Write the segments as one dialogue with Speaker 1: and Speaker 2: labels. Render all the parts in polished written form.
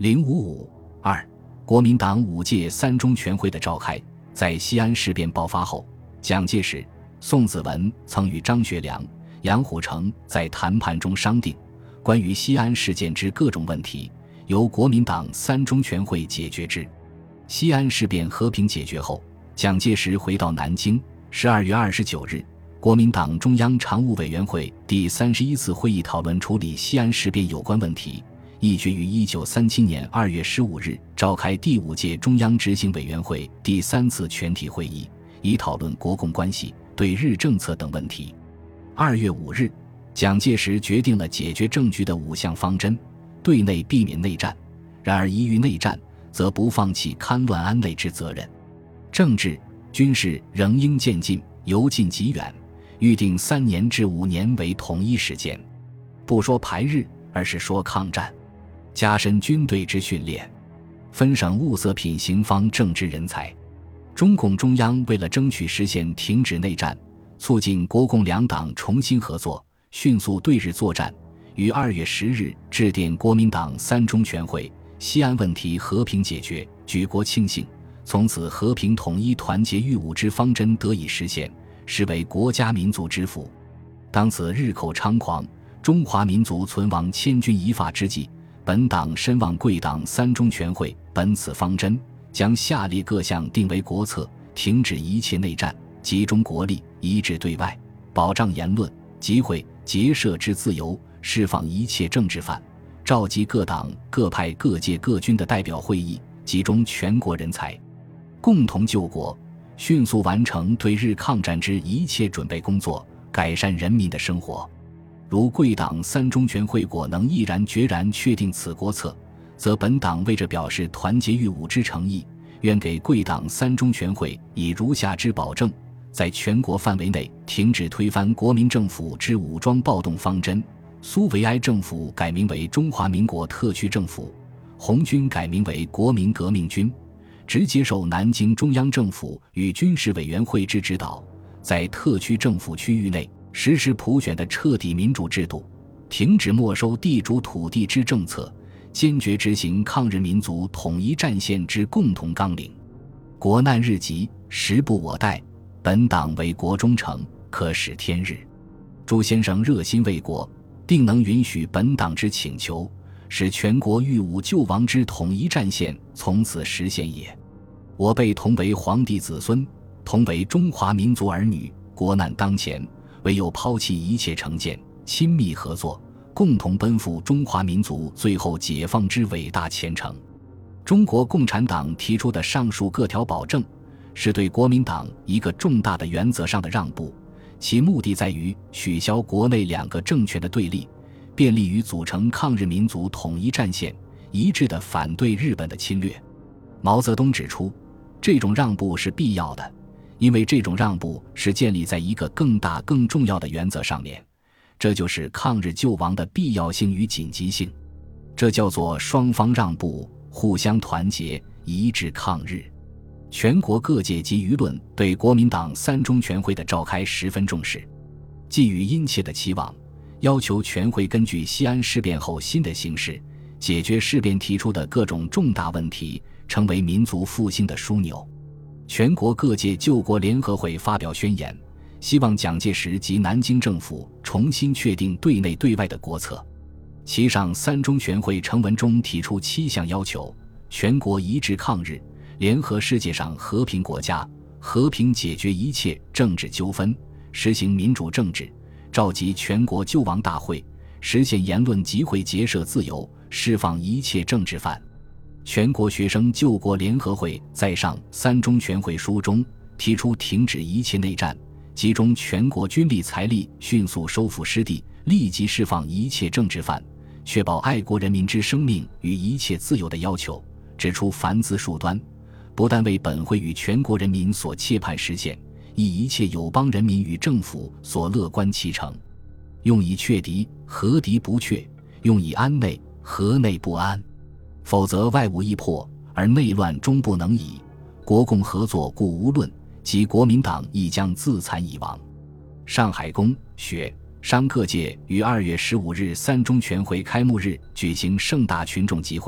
Speaker 1: 055-2国民党5届三中全会的召开，在西安事变爆发后，蒋介石、宋子文曾与张学良、杨虎城在谈判中商定，关于西安事件之各种问题，由国民党三中全会解决之。西安事变和平解决后，蒋介石回到南京。12月29日，国民党中央常务委员会第31次会议讨论处理西安事变有关问题，议决于1937年2月15日召开第5届中央执行委员会第3次全体会议，以讨论国共关系、对日政策等问题。2月5日，蒋介石决定了解决政局的5项方针：对内避免内战，然而一遇内战，则不放弃戡乱安内之责任；政治、军事仍应渐进，由近及远，预定3年至5年为统一时间。不说排日，而是说抗战，加深军队之训练，分省物色品行方正之人才。中共中央为了争取实现停止内战，促进国共两党重新合作，迅速对日作战，于2月10日致电国民党三中全会，西安问题和平解决，举国庆幸，从此和平统一团结御侮之方针得以实现，实为国家民族之福。当此日寇猖狂，中华民族存亡千钧一发之际，本党深望贵党三中全会本此方针，将下列各项定为国策：停止一切内战，集中国力，一致对外，保障言论、集会、结社之自由，释放一切政治犯，召集各党各派各界各军的代表会议，集中全国人才，共同救国，迅速完成对日抗战之一切准备工作，改善人民的生活。如贵党三中全会果能毅然决然确定此国策，则本党为着表示团结御侮之诚意，愿给贵党三中全会以如下之保证：在全国范围内停止推翻国民政府之武装暴动方针，苏维埃政府改名为中华民国特区政府，红军改名为国民革命军，直接受南京中央政府与军事委员会之指导，在特区政府区域内实施普选的彻底民主制度，停止没收地主土地之政策，坚决执行抗日民族统一战线之共同纲领。国难日急，时不我待，本党为国忠诚，可使天日。朱先生热心为国，定能允许本党之请求，使全国御侮救亡之统一战线从此实现也。我辈同为皇帝子孙，同为中华民族儿女，国难当前，唯有抛弃一切成见，亲密合作，共同奔赴中华民族最后解放之伟大前程。中国共产党提出的上述各条保证，是对国民党一个重大的原则上的让步，其目的在于取消国内两个政权的对立，便利于组成抗日民族统一战线，一致地反对日本的侵略。毛泽东指出，这种让步是必要的，因为这种让步是建立在一个更大更重要的原则上面，这就是抗日救亡的必要性与紧急性。这叫做双方让步，互相团结，一致抗日。全国各界及舆论对国民党三中全会的召开十分重视，寄予殷切的期望，要求全会根据西安事变后新的形势，解决事变提出的各种重大问题，成为民族复兴的枢纽。全国各界救国联合会发表宣言，希望蒋介石及南京政府重新确定对内对外的国策。其上三中全会成文中提出7项要求：全国一致抗日，联合世界上和平国家，和平解决一切政治纠纷，实行民主政治，召集全国救亡大会，实现言论集会结社自由，释放一切政治犯。全国学生救国联合会在上三中全会书中提出停止一切内战，集中全国军力财力，迅速收复失地，立即释放一切政治犯，确保爱国人民之生命与一切自由的要求，指出凡兹数端，不但为本会与全国人民所切盼实现，亦一切友邦人民与政府所乐观其成。用以确敌，何敌不确；用以安内，何内不安。否则外侮易破，而内乱终不能已。国共合作故无论，即国民党亦将自残以亡。上海工、学、商各界于2月15日三中全会开幕日举行盛大群众集会，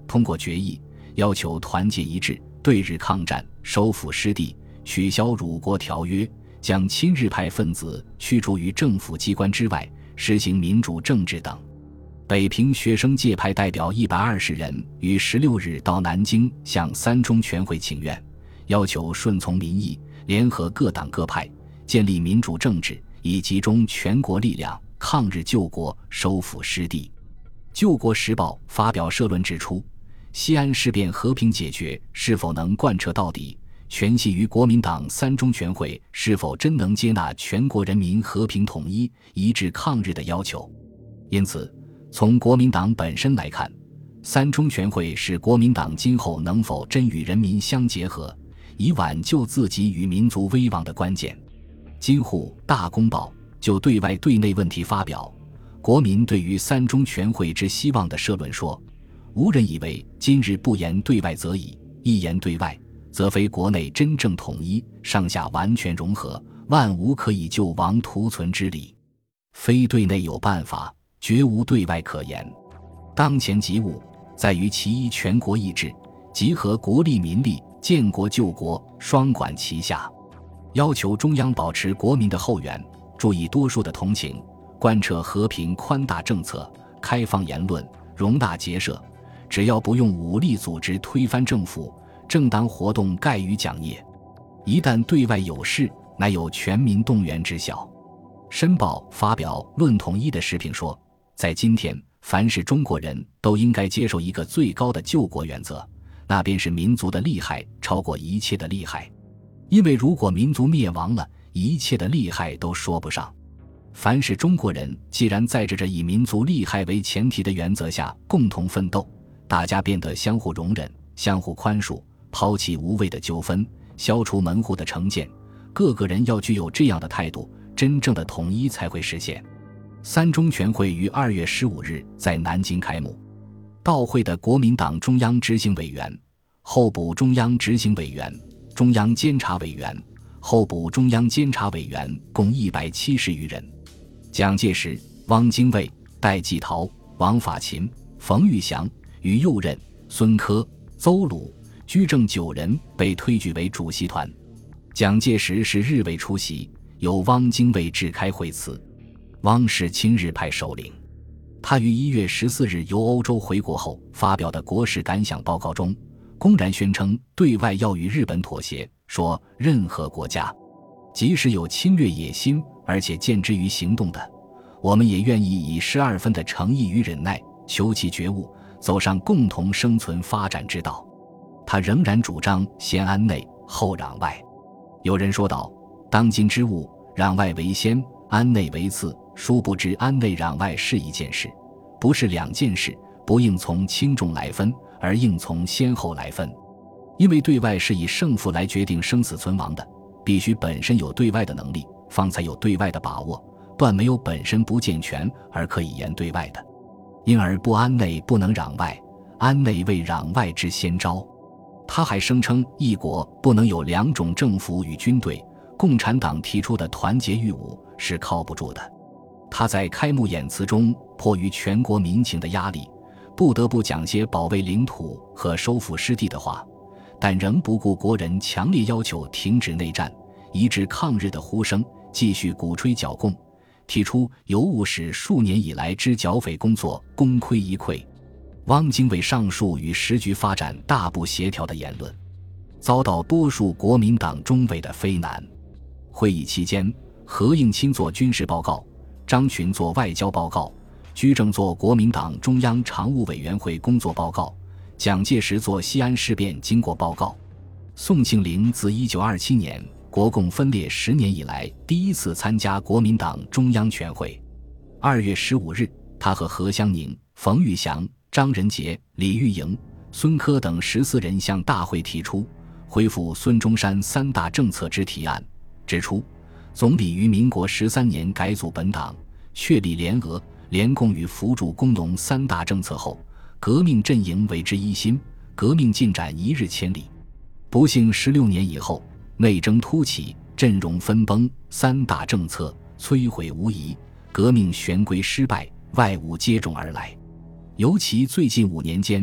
Speaker 1: 通过决议，要求团结一致，对日抗战，收复失地，取消辱国条约，将亲日派分子驱逐于政府机关之外，实行民主政治等。北平学生界派代表120人于16日到南京向三中全会请愿，要求顺从民意，联合各党各派，建立民主政治，以集中全国力量抗日救国，收复失地。救国时报发表社论指出，西安事变和平解决是否能贯彻到底，全系于国民党三中全会是否真能接纳全国人民和平统一、一致抗日的要求。因此，从国民党本身来看，三中全会是国民党今后能否真与人民相结合，以挽救自己与民族危亡的关键。京沪大公报就对外对内问题发表国民对于三中全会之希望的社论说，无人以为今日不言对外则已，一言对外则非国内真正统一，上下完全融合，万无可以救亡图存之理。非对内有办法，绝无对外可言。当前急务在于其一全国意志，集合国力民力，建国救国，双管齐下。要求中央保持国民的后援，注意多数的同情，贯彻和平宽大政策，开放言论，容纳结社，只要不用武力组织推翻政府，正当活动概予奖业。一旦对外有事，乃有全民动员之效。申报发表论统一的时评说，在今天，凡是中国人都应该接受一个最高的救国原则，那便是民族的利害超过一切的利害。因为如果民族灭亡了，一切的利害都说不上。凡是中国人既然在这以民族利害为前提的原则下共同奋斗，大家变得相互容忍，相互宽恕，抛弃无谓的纠纷，消除门户的成见，各个人要具有这样的态度，真正的统一才会实现。三中全会于2月15日在南京开幕，到会的国民党中央执行委员、候补中央执行委员、中央监察委员、候补中央监察委员共170余人。蒋介石、汪精卫、戴季陶、王法勤、冯玉祥、于右任、孙科、邹鲁、居正9人被推举为主席团。蒋介石是日伪出席，由汪精卫致开会词。汪是亲日派首领，他于1月14日由欧洲回国后发表的国事感想报告中，公然宣称对外要与日本妥协，说任何国家即使有侵略野心，而且见之于行动的，我们也愿意以12分的诚意与忍耐，求其觉悟，走上共同生存发展之道。他仍然主张先安内，后攘外。有人说道，当今之务，攘外为先，安内为次，殊不知安内攘外是一件事，不是两件事，不应从轻重来分，而应从先后来分。因为对外是以胜负来决定生死存亡的，必须本身有对外的能力，方才有对外的把握，断没有本身不健全而可以言对外的。因而不安内不能攘外，安内为攘外之先招。他还声称一国不能有两种政府与军队，共产党提出的团结御侮是靠不住的。他在开幕演辞中迫于全国民情的压力，不得不讲些保卫领土和收复失地的话，但仍不顾国人强烈要求停止内战，一致抗日的呼声，继续鼓吹剿共，提出尤务使数年以来之剿匪工作功亏一篑。汪精卫上述与时局发展大不协调的言论，遭到多数国民党中委的非难。会议期间，何应钦作军事报告，张群作外交报告，居正作国民党中央常务委员会工作报告，蒋介石作西安事变经过报告。宋庆龄自1927年国共分裂10年以来第一次参加国民党中央全会。2月15日，他和何香凝、冯玉祥、张人杰、李玉莹、孙科等14人向大会提出恢复孙中山三大政策之提案，指出总理于民国13年改组本党，确立联俄、联共与扶助工农三大政策后，革命阵营为之一心，革命进展一日千里。不幸16年以后，内争突起，阵容分崩，三大政策摧毁无疑，革命旋归失败，外侮接踵而来。尤其最近5年间，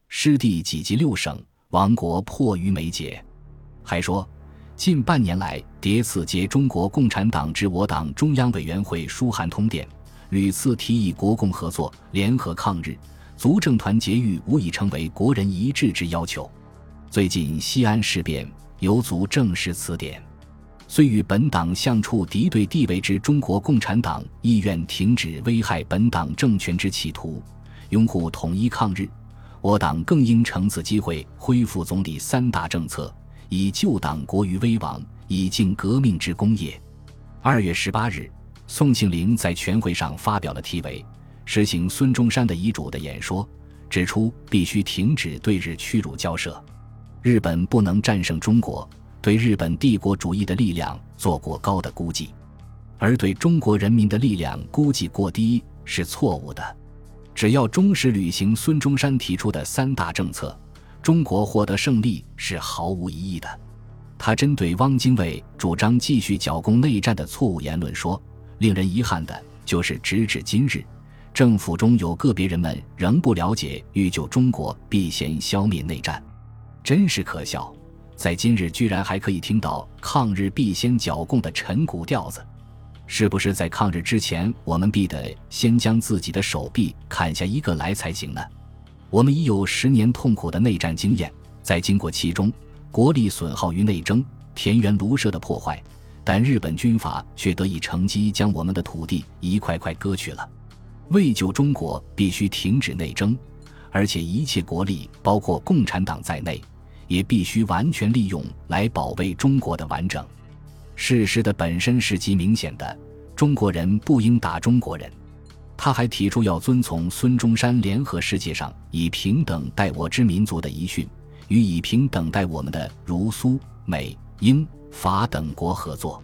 Speaker 1: 失地几及6省，亡国迫于眉睫。还说近半年来迭次接中国共产党至我党中央委员会书函通电，屡次提议国共合作，联合抗日，足政团结欲无已成为国人一致之要求。最近西安事变犹足证实此点。虽与本党相处敌对地位之中国共产党意愿停止危害本党政权之企图，拥护统一抗日，我党更应乘此机会恢复总理3大政策，以救党国于危亡，以尽革命之功业。2月18日，宋庆龄在全会上发表了题为实行孙中山的遗嘱的演说，指出必须停止对日屈辱交涉，日本不能战胜中国，对日本帝国主义的力量做过高的估计，而对中国人民的力量估计过低是错误的。只要忠实履行孙中山提出的3大政策，中国获得胜利是毫无疑义的。他针对汪精卫主张继续剿共内战的错误言论说，令人遗憾的就是直至今日，政府中有个别人们仍不了解欲救中国必先消灭内战，真是可笑。在今日居然还可以听到抗日必先剿共的陈鼓调子，是不是在抗日之前我们必得先将自己的手臂砍下一个来才行呢？我们已有10年痛苦的内战经验，在经过其中，国力损耗于内争、田园庐舍的破坏，但日本军阀却得以乘机将我们的土地一块块割去了。为救中国必须停止内争，而且一切国力包括共产党在内也必须完全利用来保卫中国的完整。事实的本身是极明显的，中国人不应打中国人。他还提出要遵从孙中山联合世界上以平等待我之民族的遗训，与以平等待我们的如苏、美、英、法等国合作。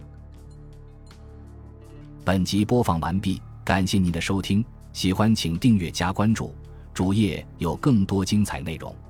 Speaker 1: 本集播放完毕，感谢您的收听，喜欢请订阅加关注，主页有更多精彩内容。